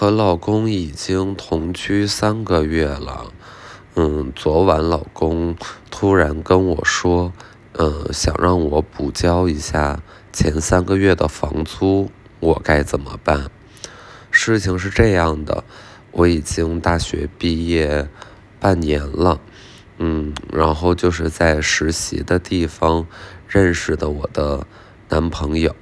和老公已经同居3个月了。昨晚老公突然跟我说，想让我补交一下前3个月的房租，我该怎么办？事情是这样的，我已经大学毕业半年了，然后就是在实习的地方认识的我的男朋友。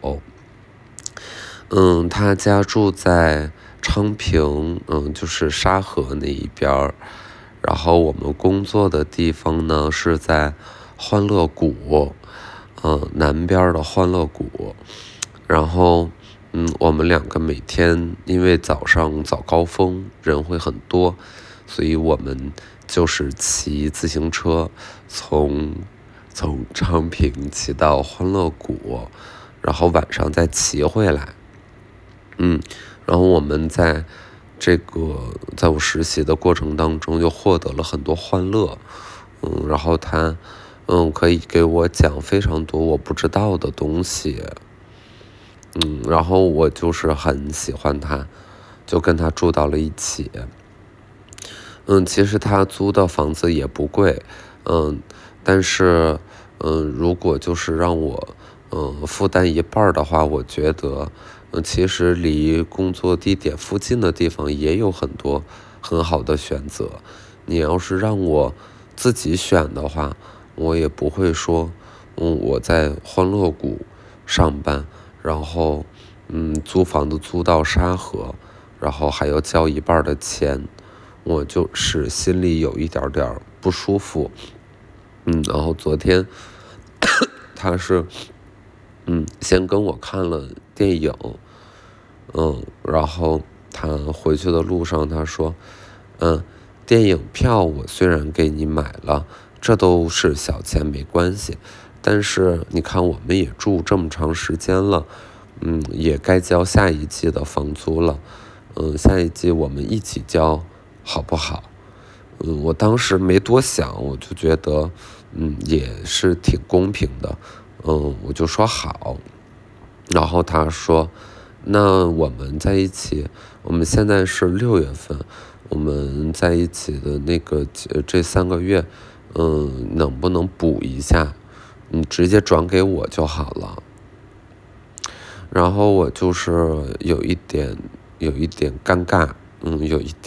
他家住在昌平，就是沙河那一边儿，然后我们工作的地方呢是在欢乐谷，南边的欢乐谷。然后，我们2个每天因为早上早高峰人会很多，所以我们就是骑自行车从昌平骑到欢乐谷，然后晚上再骑回来。然后我们在我实习的过程当中又获得了很多欢乐，然后他可以给我讲非常多我不知道的东西，然后我就是很喜欢他，就跟他住到了一起。其实他租的房子也不贵，但是如果就是让我负担一半的话，我觉得其实离工作地点附近的地方也有很多很好的选择。你要是让我自己选的话，我也不会说我在欢乐谷上班，然后租房子租到沙河，然后还要交一半的钱，我就是心里有一点点不舒服。然后昨天他是先跟我看了电影，然后他回去的路上他说，电影票我虽然给你买了，这都是小钱没关系，但是你看我们也住这么长时间了，也该交下一季的房租了，下一季我们一起交好不好？我当时没多想，我就觉得也是挺公平的，我就说好。然后他说，那我们在一起，我们现在是6月份，我们在一起的这3个月，能不能补一下？你直接转给我就好了。然后我就是有一点尴尬，有一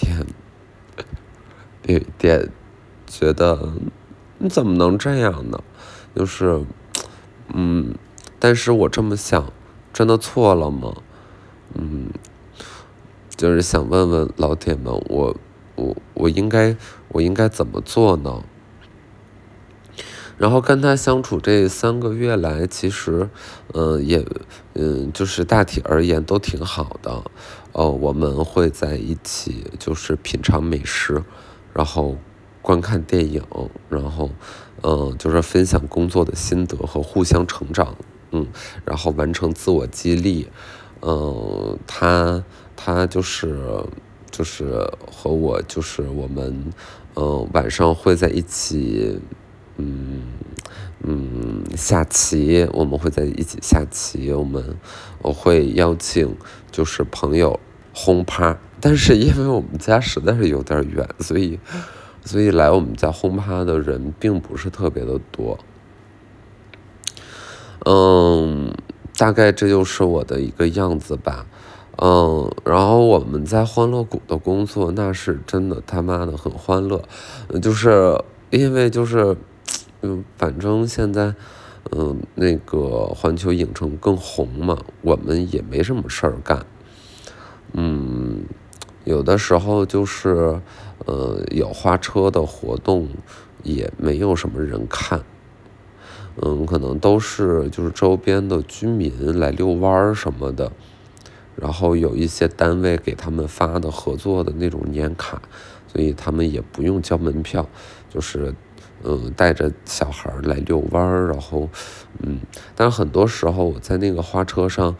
点觉得你怎么能这样呢？就是但是我这么想真的错了吗？就是想问问老铁们，我应该怎么做呢？然后跟他相处这3个月来，其实就是大体而言都挺好的。我们会在一起就是品尝美食，然后观看电影，然后就是分享工作的心得和互相成长，然后完成自我激励。他就是和我就是我们晚上会在一起下棋，我们会在一起下棋，我会邀请就是朋友轰趴，但是因为我们家实在是有点远，所以来我们家轰趴的人并不是特别的多。大概这就是我的一个样子吧。然后我们在欢乐谷的工作那是真的他妈的很欢乐，就是因为就是反正现在那个环球影城更红嘛，我们也没什么事儿干。有的时候就是有花车的活动也没有什么人看，可能都是就是周边的居民来遛弯什么的，然后有一些单位给他们发的合作的那种年卡，所以他们也不用交门票，就是带着小孩来遛弯，然后但是很多时候我在那个花车上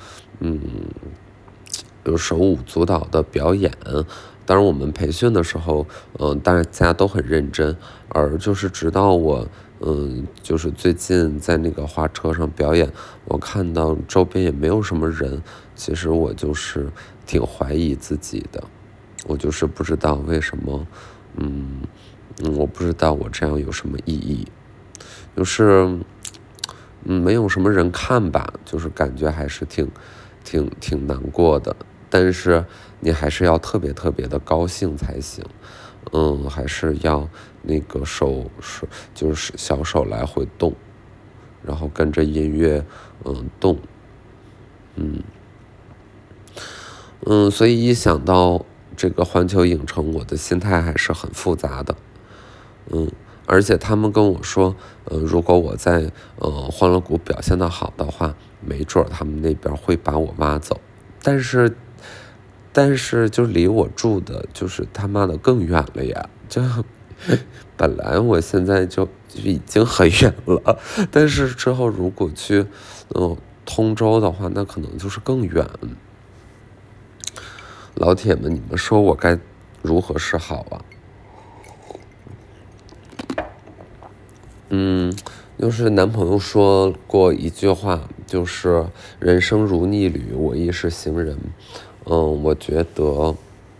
有手舞足蹈的表演。当然我们培训的时候大家都很认真，而就是直到我就是最近在那个花车上表演，我看到周边也没有什么人，其实我就是挺怀疑自己的。 我就是不知道为什么，我不知道我这样有什么意义，就是没有什么人看吧，就是感觉还是挺难过的，但是你还是要特别特别的高兴才行，还是要那个就是小手来回动，然后跟着音乐动，所以一想到这个环球影城，我的心态还是很复杂的。嗯，而且他们跟我说，如果我在欢乐谷表现得好的话，没准儿他们那边会把我挖走。但是，就离我住的就是他妈的更远了呀！本来我现在就已经很远了，但是之后如果去通州的话，那可能就是更远。老铁们，你们说我该如何是好啊？就是男朋友说过一句话，就是人生如逆旅，我亦是行人。我觉得，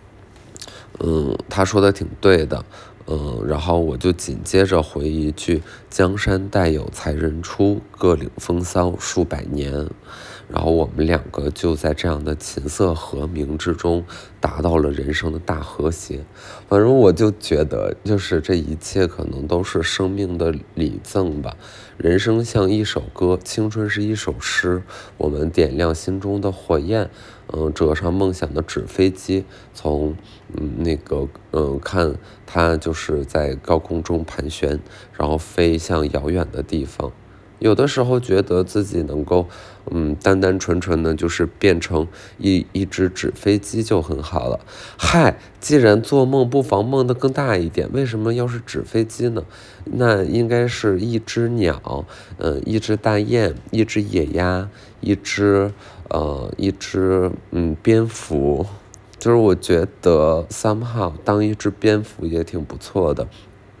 他说的挺对的。然后我就紧接着回一句：江山代有才人出，各领风骚数百年。然后我们两个就在这样的琴瑟和鸣之中，达到了人生的大和谐。反正我就觉得，就是这一切可能都是生命的礼赠吧。人生像一首歌，青春是一首诗。我们点亮心中的火焰，折上梦想的纸飞机，从看它就是在高空中盘旋，然后飞向遥远的地方。有的时候觉得自己能够，单单纯纯的就是变成一只纸飞机就很好了。嗨，既然做梦不妨梦得更大一点，为什么要是纸飞机呢？那应该是一只鸟，一只大雁，一只野鸭，一只蝙蝠。就是我觉得 somehow 当一只蝙蝠也挺不错的。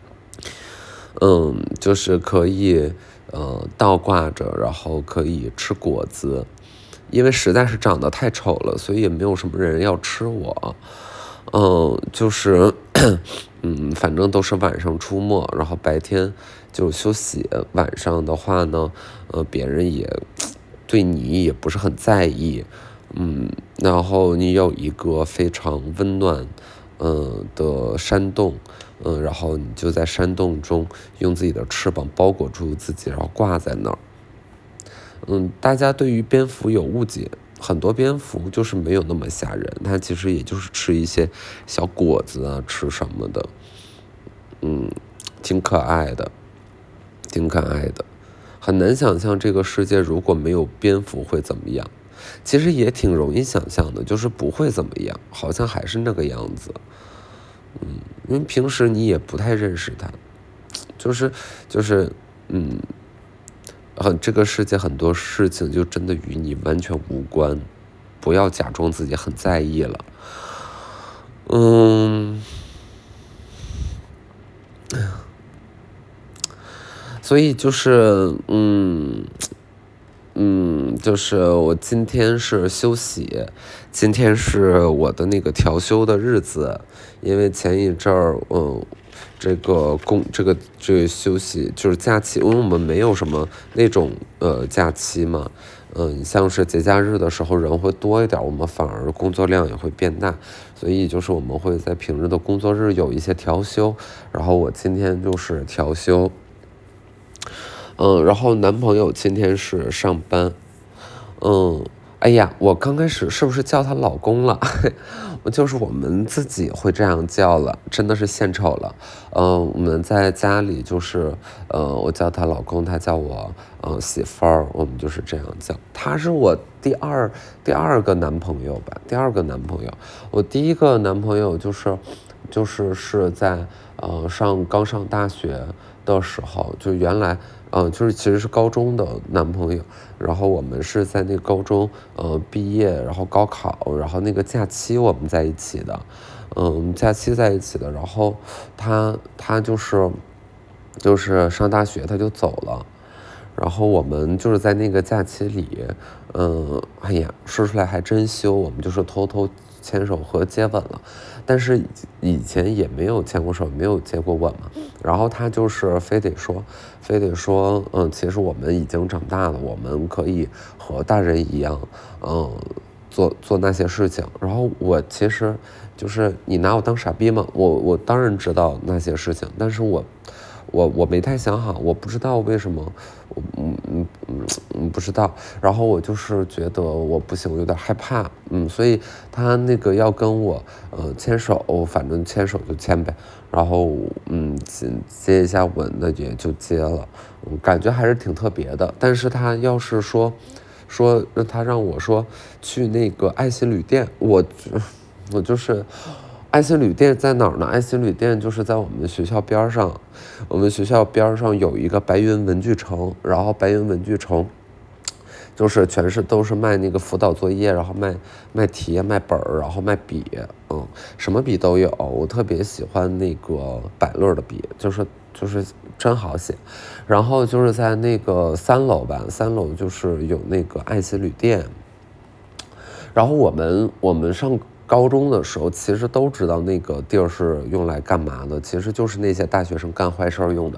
就是可以倒挂着，然后可以吃果子，因为实在是长得太丑了，所以也没有什么人要吃我。就是反正都是晚上出没，然后白天就休息，晚上的话呢，别人也对你也不是很在意。然后你有一个非常温暖的山洞，然后你就在山洞中用自己的翅膀包裹住自己，然后挂在那儿。大家对于蝙蝠有误解，很多蝙蝠就是没有那么吓人，它其实也就是吃一些小果子啊，吃什么的，挺可爱的，挺可爱的。很难想象这个世界如果没有蝙蝠会怎么样，其实也挺容易想象的，就是不会怎么样，好像还是那个样子。因为平时你也不太认识它，就是这个世界很多事情就真的与你完全无关，不要假装自己很在意了。所以就是就是我今天是休息，今天是我的那个调休的日子，因为前一阵儿这个休息就是假期，因为我们没有什么那种假期嘛，像是节假日的时候人会多一点，我们反而工作量也会变大，所以就是我们会在平日的工作日有一些调休，然后我今天就是调休。然后男朋友今天是上班。哎呀，我刚开始是不是叫她老公了？就是我们自己会这样叫了，真的是献丑了。我们在家里就是，我叫她老公，她叫我媳妇儿，我们就是这样叫。他是我第二个男朋友吧，第二个男朋友。我第一个男朋友是在刚上大学的时候，就原来就是其实是高中的男朋友，然后我们是在那个高中毕业，然后高考，然后那个假期我们在一起的，假期在一起的，然后他就是上大学他就走了。然后我们就是在那个假期里，哎呀，说出来还真羞，我们就是偷偷牵手和接吻了，但是以前也没有牵过手，没有接过吻嘛。然后他就是非得说，其实我们已经长大了，我们可以和大人一样，做那些事情。然后我其实就是你拿我当傻逼吗？我当然知道那些事情，但是我没太想好，我不知道为什么，不知道。然后我就是觉得我不行，我有点害怕，所以他那个要跟我牵手，反正牵手就牵呗，然后接一下吻那也就接了，感觉还是挺特别的。但是他要是说他让我说去那个爱心旅店，我就是爱心旅店在哪儿呢？爱心旅店就是在我们学校边上，我们学校边上有一个白云文具城，然后白云文具城就是都是卖那个辅导作业，然后卖题、卖本儿，然后卖笔，什么笔都有。我特别喜欢那个百乐的笔，就是真好写。然后就是在那个3楼吧，3楼就是有那个爱心旅店。然后我们上高中的时候，其实都知道那个地儿是用来干嘛的，其实就是那些大学生干坏事儿用的，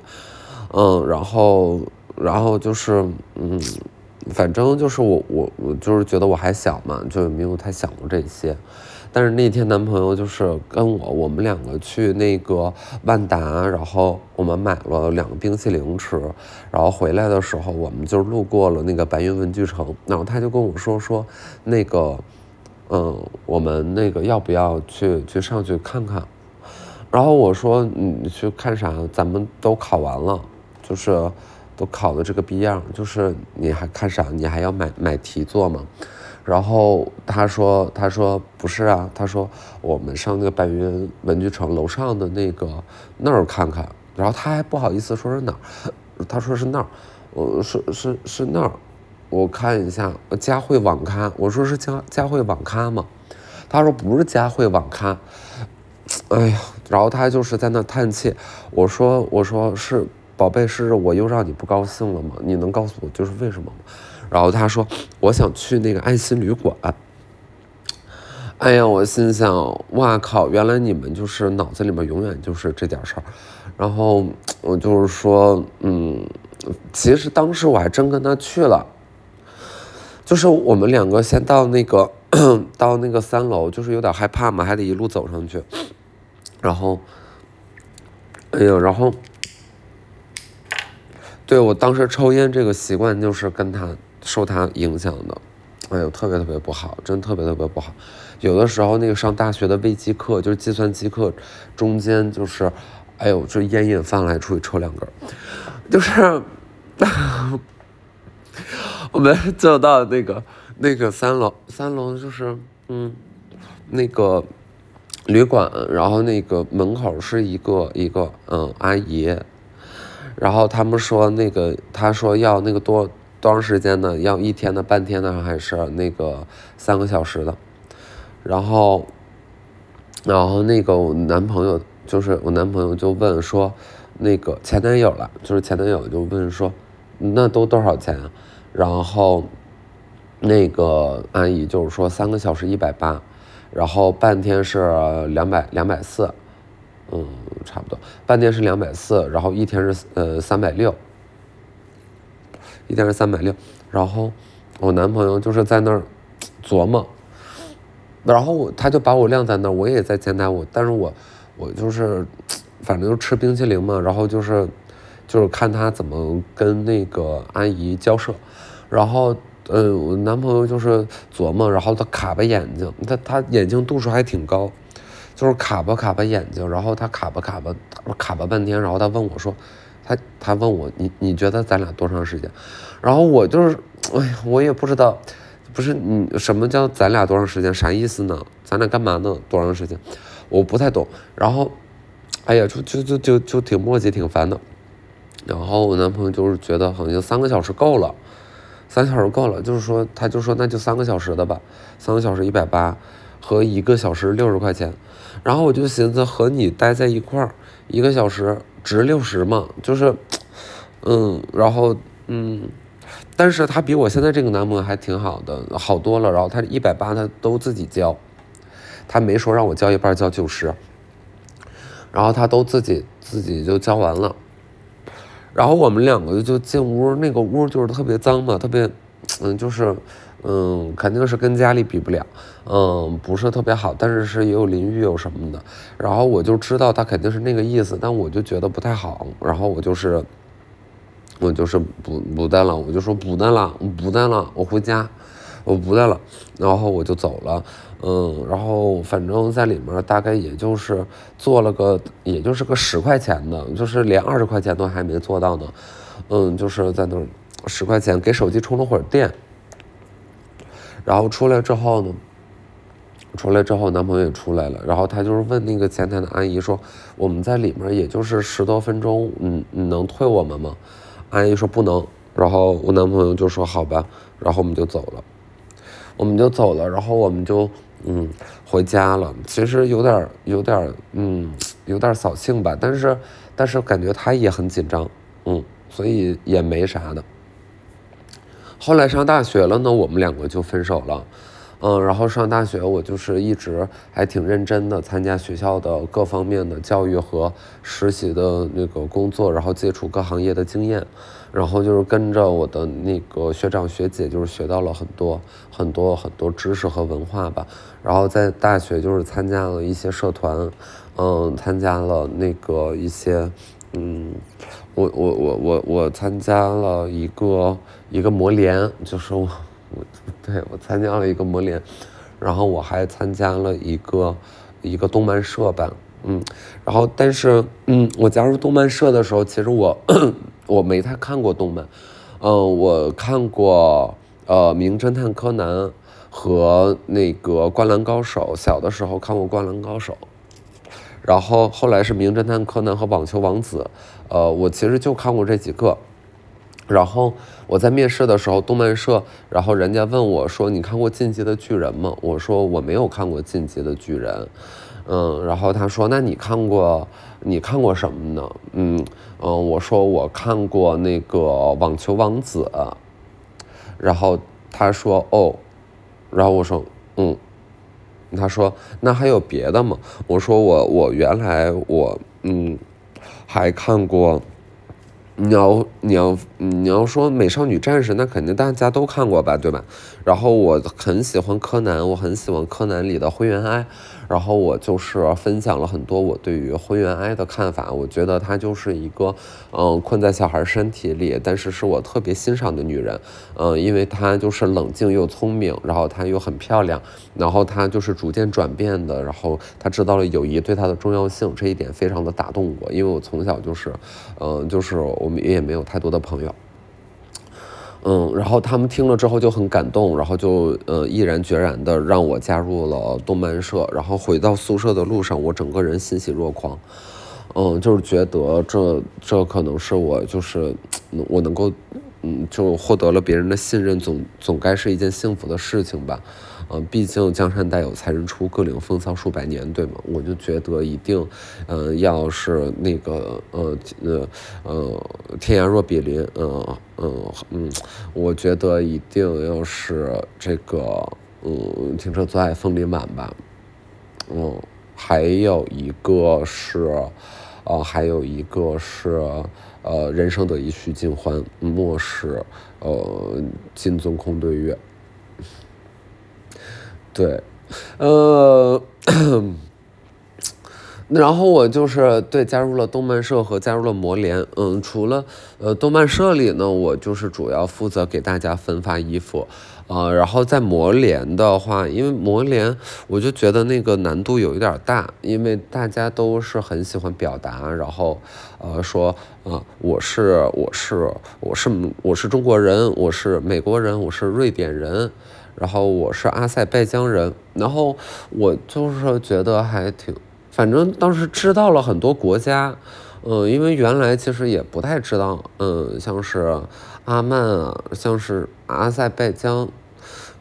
然后就是反正就是我就是觉得我还小嘛，就没有太想过这些。但是那天男朋友就是跟我们两个去那个万达，然后我们买了2个冰淇淋吃，然后回来的时候我们就路过了那个白云文具城，然后他就跟我说那个我们那个要不要去上去看看？然后我说你去看啥？咱们都考完了，就是都考的这个逼样，就是你还看啥？你还要买题做吗？然后他说不是啊，他说我们上那个白云文具城楼上的那儿看看。然后他还不好意思说是哪儿，他说是那儿，我说是那儿，我看一下佳慧网咖，我说是佳慧网咖吗？他说不是佳慧网咖。哎呀，然后他就是在那叹气。我说是宝贝，是我又让你不高兴了吗？你能告诉我就是为什么吗？然后他说我想去那个爱心旅馆。哎呀，我心想，哇靠，原来你们就是脑子里面永远就是这点事儿。然后我就是说，其实当时我还真跟他去了，就是我们2个先到那个到那个3楼，就是有点害怕嘛，还得一路走上去。然后，哎呀，然后，对，我当时抽烟这个习惯就是受他影响的，哎呦，特别特别不好，真特别特别不好。有的时候那个上大学的微机课，就是计算机课，中间就是，哎呦，就烟瘾犯了，还出去抽2根，就是我们就到那个三楼就是那个旅馆，然后那个门口是一个阿姨，然后他说要那个多长时间呢？要1天的、半天的，还是那个3个小时的？然后那个我男朋友就问说，那个前男友就问说，那都多少钱啊？然后那个阿姨就是说3个小时180，然后半天是240，差不多，半天是240，然后1天是360，然后我男朋友就是在那儿琢磨，然后他就把我晾在那儿，我也在前台，但是我就是反正就吃冰淇淋嘛，然后就是看他怎么跟那个阿姨交涉。然后我男朋友就是琢磨，然后他卡巴眼睛，他眼睛度数还挺高，就是卡巴眼睛，然后他卡巴半天，然后他问我说，他问我你觉得咱俩多长时间？然后我就是哎呀，我也不知道，不是你什么叫咱俩多长时间，啥意思呢？咱俩干嘛呢？多长时间？我不太懂。然后哎呀，就挺磨叽挺烦的。然后我男朋友就是觉得好像3个小时够了，3小时够了，就是说他就说那就3个小时的吧，3个小时180和1个小时60块钱。然后我就寻思和你待在一块儿，1个小时值60嘛，就是然后但是他比我现在这个男朋友还挺好的，好多了。然后他180他都自己交， 他没说让我交一半交90，然后他都自己就交完了。然后我们两个就进屋，那个屋就是特别脏嘛，特别，就是肯定是跟家里比不了，不是特别好，但是也有淋浴有什么的。然后我就知道他肯定是那个意思，但我就觉得不太好，然后我就是不带了，我就说不带了，我回家，我不带了，然后我就走了。然后反正在里面大概也就是做了个，也就是个10块钱的，就是连20块钱都还没做到呢。就是在那10块钱给手机充了会儿电，然后出来之后呢，男朋友也出来了，然后他就是问那个前台的阿姨说，我们在里面也就是10多分钟，你能退我们吗？阿姨说不能，然后我男朋友就说好吧，然后我们就走了，然后我们就回家了。其实有点扫兴吧，但是感觉他也很紧张，所以也没啥的。后来上大学了呢，我们两个就分手了。然后上大学我就是一直还挺认真的参加学校的各方面的教育和实习的那个工作，然后接触各行业的经验，然后就是跟着我的那个学长学姐，就是学到了很多知识和文化吧。然后在大学就是参加了一些社团，参加了那个一些我参加了一个模联，就是我参加了一个模联，然后我还参加了一个动漫社吧。然后但是我加入动漫社的时候，其实我没太看过动漫。我看过名侦探柯南和那个灌篮高手，小的时候看过灌篮高手，然后后来是名侦探柯南和网球王子，我其实就看过这几个。然后我在面试的时候，动漫社，然后人家问我说：“你看过《进击的巨人》吗？”我说：“我没有看过《进击的巨人》。”然后他说：“那你看过什么呢？”我说：“我看过那个网球王子。”然后他说：“哦。”然后我说：“他说：“那还有别的吗？”我说：“我原来还看过。”你要说美少女战士，那肯定大家都看过吧，对吧？然后我很喜欢柯南，我很喜欢柯南里的灰原哀，然后我就是分享了很多我对于灰原哀的看法。我觉得她就是一个困在小孩身体里，但是我特别欣赏的女人。因为她就是冷静又聪明，然后她又很漂亮，然后她就是逐渐转变的，然后她知道了友谊对她的重要性，这一点非常的打动我。因为我从小就是我们也没有太多的朋友。然后他们听了之后就很感动，然后就毅然决然的让我加入了动漫社。然后回到宿舍的路上，我整个人欣喜若狂。就是觉得这可能是我就是我能够就获得了别人的信任，总该是一件幸福的事情吧。毕竟江山代有才人出，各领风骚数百年，对吗？我就觉得一定要是那个天涯若比邻，我觉得一定要是这个停车坐爱枫林晚吧。还有一个是人生得意须尽欢，莫使金樽空对月。对，然后我就是加入了动漫社和加入了模联。除了动漫社里呢，我就是主要负责给大家分发衣服。然后在模联的话，因为模联我就觉得那个难度有一点大，因为大家都是很喜欢表达，然后说我是中国人，我是美国人，我是瑞典人，然后我是阿塞拜疆人，然后我就是觉得还挺，反正当时知道了很多国家。因为原来其实也不太知道，像是阿曼啊，像是阿塞拜疆，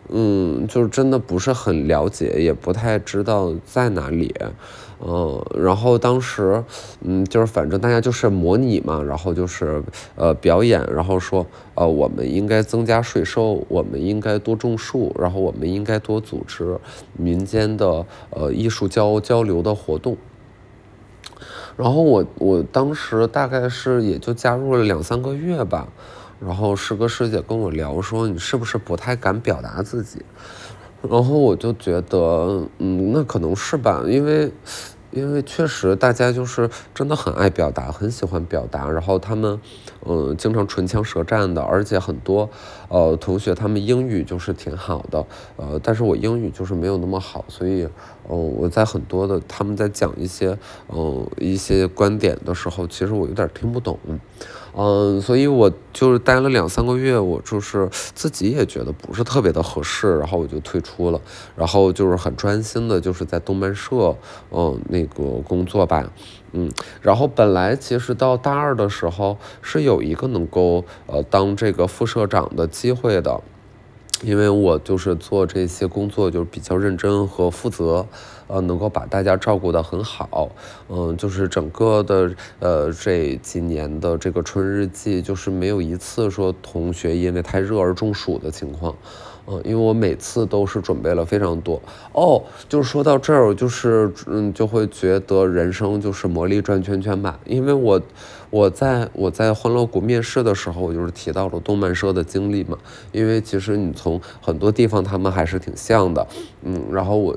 就是真的不是很了解，也不太知道在哪里。然后当时，就是反正大家就是模拟嘛，然后就是表演，然后说我们应该增加税收，我们应该多种树，然后我们应该多组织民间的艺术交流的活动。然后我当时大概是也就加入了2、3个月吧，然后师哥师姐跟我聊说你是不是不太敢表达自己，然后我就觉得那可能是吧，因为确实大家就是真的很爱表达，很喜欢表达，然后他们经常唇枪舌战的，而且很多同学他们英语就是挺好的，但是我英语就是没有那么好，所以我在很多的他们在讲一些观点的时候，其实我有点听不懂。所以我就是待了2、3个月，我就是自己也觉得不是特别的合适，然后我就退出了，然后就是很专心的，就是在动漫社，那个工作吧，然后本来其实到大二的时候是有一个能够当这个副社长的机会的。因为我就是做这些工作就是比较认真和负责，能够把大家照顾得很好，就是整个的这几年的这个春日季，就是没有一次说同学因为太热而中暑的情况，因为我每次都是准备了非常多。就是说到这儿，就是就会觉得人生就是魔力转圈圈吧，因为我在欢乐谷面试的时候，我就是提到了动漫社的经历嘛，因为其实你从很多地方他们还是挺像的，然后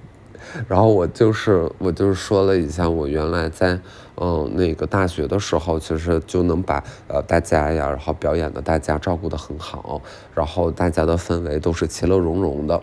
我就是说了一下，我原来在那个大学的时候，其实就能把大家呀，然后表演的大家照顾得很好，然后大家的氛围都是其乐融融的，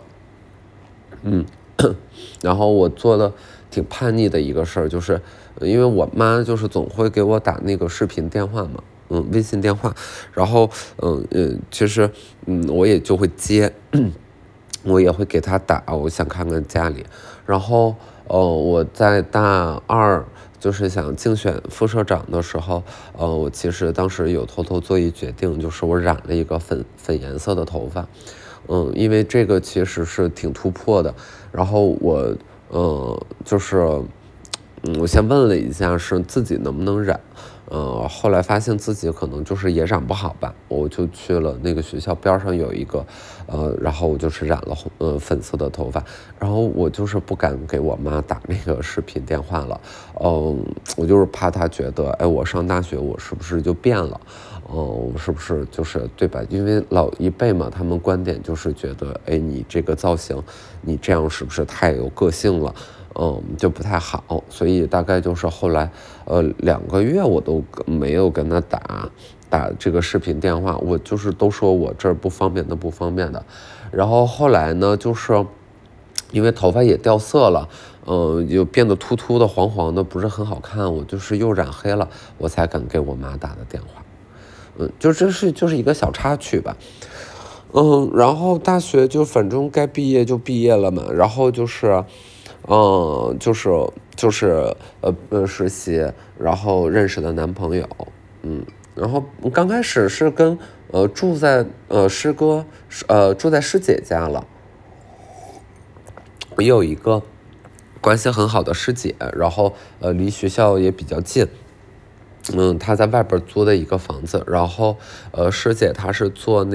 然后我做的挺叛逆的一个事儿，就是因为我妈就是总会给我打那个视频电话嘛，微信电话，然后其实我也就会接，我也会给她打，我想看看家里，然后我在大二就是想竞选副社长的时候，我其实当时有偷偷做一决定，就是我染了一个粉颜色的头发，因为这个其实是挺突破的，然后就是我先问了一下是自己能不能染，后来发现自己可能就是也染不好吧，我就去了那个学校边上有一个，然后我就是染了粉色的头发，然后我就是不敢给我妈打那个视频电话了，我就是怕她觉得，哎，我上大学我是不是就变了，我是不是就是对吧？因为老一辈嘛，他们观点就是觉得，哎，你这个造型，你这样是不是太有个性了？就不太好，所以大概就是后来2个月我都没有跟他打这个视频电话，我就是都说我这儿不方便，那不方便的。然后后来呢，就是因为头发也掉色了，又变得秃秃的、黄黄的，不是很好看，我就是又染黑了，我才敢给我妈打的电话。就是一个小插曲吧。然后大学就反正该毕业就毕业了嘛，然后就是，就是实习，然后认识的男朋友，然后刚开始是跟住在师哥住在师姐家了，我有一个关系很好的师姐，然后离学校也比较近。她在外边租的一个房子，然后师姐她是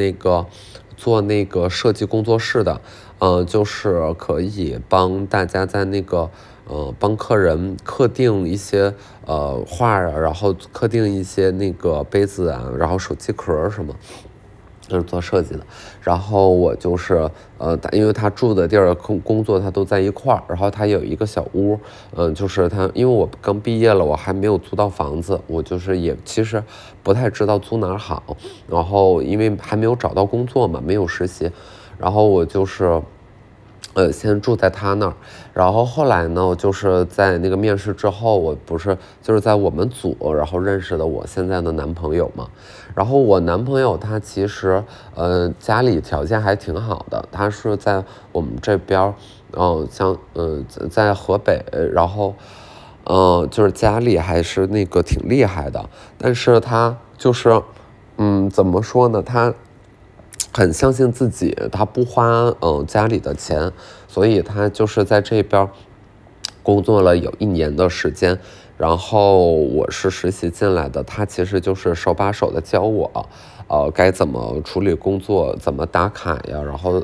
做那个设计工作室的，就是可以帮大家在那个帮客人刻定一些画啊，然后刻定一些那个杯子啊，然后手机壳什么。是做设计的，然后我就是因为他住的地儿工作他都在一块儿，然后他有一个小屋，就是他因为我刚毕业了，我还没有租到房子，我就是也其实不太知道租哪儿好，然后因为还没有找到工作嘛，没有实习，然后我就是先住在他那儿，然后后来呢，我就是在那个面试之后，我不是就是在我们组，然后认识的我现在的男朋友嘛。然后我男朋友他其实家里条件还挺好的，他是在我们这边像在河北，然后就是家里还是那个挺厉害的，但是他就是怎么说呢，他很相信自己，他不花家里的钱，所以他就是在这边工作了有1年的时间。然后我是实习进来的，他其实就是手把手的教我，该怎么处理工作，怎么打卡呀，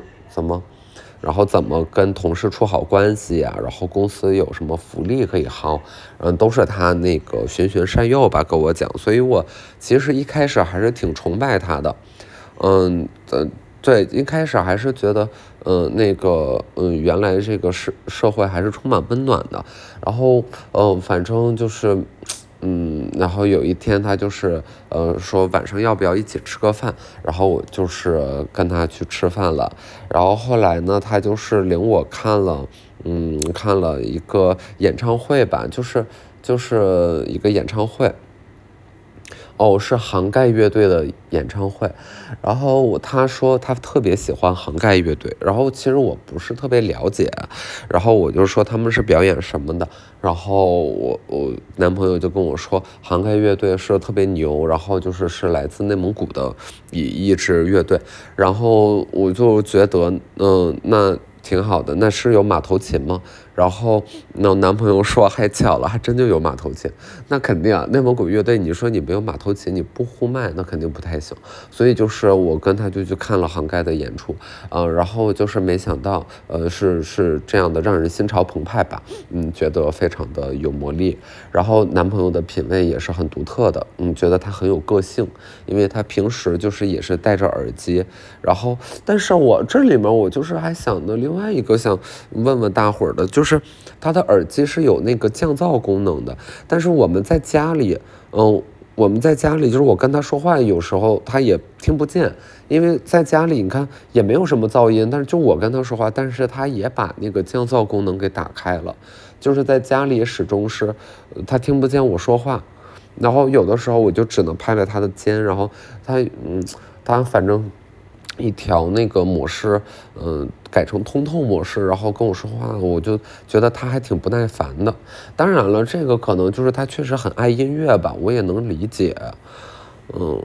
然后怎么跟同事处好关系呀，然后公司有什么福利可以薅，都是他那个循循善诱吧跟我讲，所以我其实一开始还是挺崇拜他的。对，一开始还是觉得，原来这个社会还是充满温暖的。然后，反正就是，然后有一天他就是，说晚上要不要一起吃个饭，然后我就是跟他去吃饭了。然后后来呢，他就是领我看了一个演唱会吧，就是一个演唱会。是杭盖乐队的演唱会。然后他说他特别喜欢杭盖乐队，然后其实我不是特别了解，然后我就说他们是表演什么的，然后我男朋友就跟我说杭盖乐队是特别牛，然后是来自内蒙古的一支乐队。然后我就觉得那挺好的。那是有马头琴吗？然后那男朋友说还巧了，还真就有马头琴。那肯定啊，内蒙古乐队你说你没有马头琴你不呼麦那肯定不太行。所以就是我跟他就去看了杭盖的演出，然后就是没想到是这样的，让人心潮澎湃吧。觉得非常的有魔力。然后男朋友的品味也是很独特的，觉得他很有个性，因为他平时就是也是戴着耳机。然后但是我这里面我就是还想的另外一个想问问大伙儿的，就是他的耳机是有那个降噪功能的，但是我们在家里就是我跟他说话有时候他也听不见，因为在家里你看也没有什么噪音，但是就我跟他说话，但是他也把那个降噪功能给打开了，就是在家里始终是他听不见我说话。然后有的时候我就只能拍拍他的肩，然后他反正一调那个模式，改成通透模式，然后跟我说话，我就觉得他还挺不耐烦的。当然了，这个可能就是他确实很爱音乐吧，我也能理解。嗯。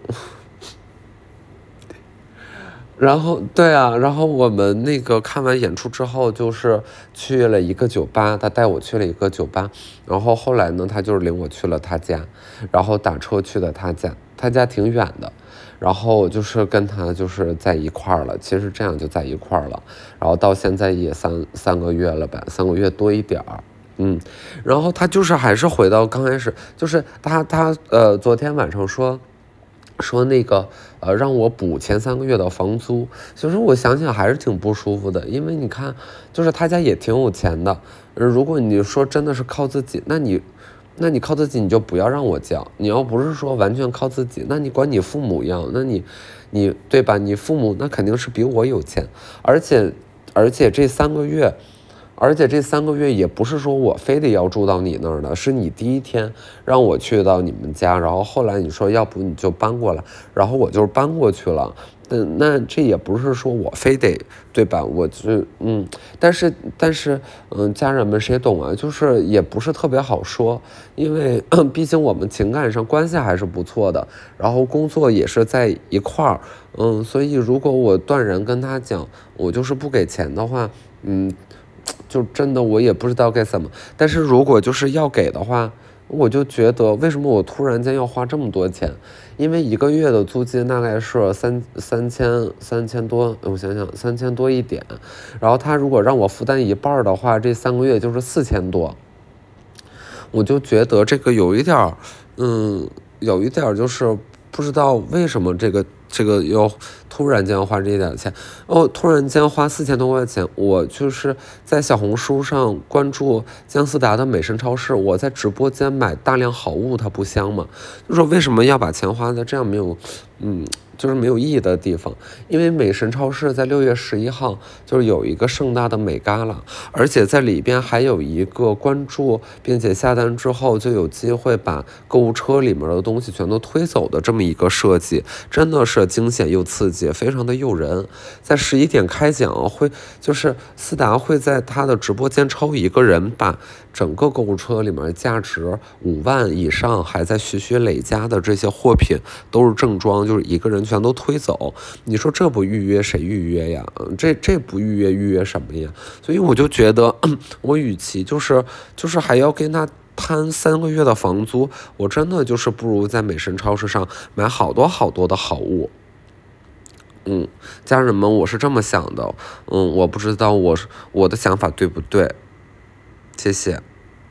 然后对啊，然后我们那个看完演出之后，就是去了一个酒吧，他带我去了一个酒吧。然后后来呢，他就是领我去了他家，然后打车去了他家，他家挺远的。然后就是跟他就是在一块儿了，其实这样就在一块儿了。然后到现在也三个月了吧，3个月多一点儿。然后他就是还是回到刚开始，就是他昨天晚上说那个让我补前3个月的房租。其实我想想还是挺不舒服的，因为你看就是他家也挺有钱的。如果你说真的是靠自己，那你靠自己你就不要让我交。你要不是说完全靠自己，那你管你父母一样，那你对吧，你父母那肯定是比我有钱。而且这三个月也不是说我非得要住到你那儿的，是你第一天让我去到你们家，然后后来你说要不你就搬过来，然后我就搬过去了。那这也不是说我非得，对吧？但是家人们谁懂啊？就是也不是特别好说，因为毕竟我们情感上关系还是不错的，然后工作也是在一块儿。所以如果我断然跟他讲我就是不给钱的话，就真的我也不知道该怎么。但是如果就是要给的话，我就觉得为什么我突然间要花这么多钱？因为1个月的租金大概是三千多，我想想3000多一点。然后他如果让我负担一半的话，这3个月就是4000多。我就觉得这个有一点就是不知道为什么这个要突然间花这点钱。突然间花4000多块钱。我就是在小红书上关注姜思达的美神超市，我在直播间买大量好物，它不香吗？就说为什么要把钱花在这样就是没有意义的地方？因为美神超市在6月11号就是有一个盛大的美嘎啦，而且在里边还有一个关注并且下单之后就有机会把购物车里面的东西全都推走的这么一个设计，真的是惊险又刺激。 节非常的诱人。在11点开奖就是思达会在他的直播间抽一个人，把整个购物车里面价值5万以上还在徐徐累加的这些货品都是正装，就是一个人全都推走。你说这不预约谁预约呀？这不预约什么呀？所以我就觉得，我与其就是还要跟他摊3个月的房租，我真的就是不如在美神超市上买好多好多的好物。家人们，我是这么想的。我不知道我的想法对不对，谢谢。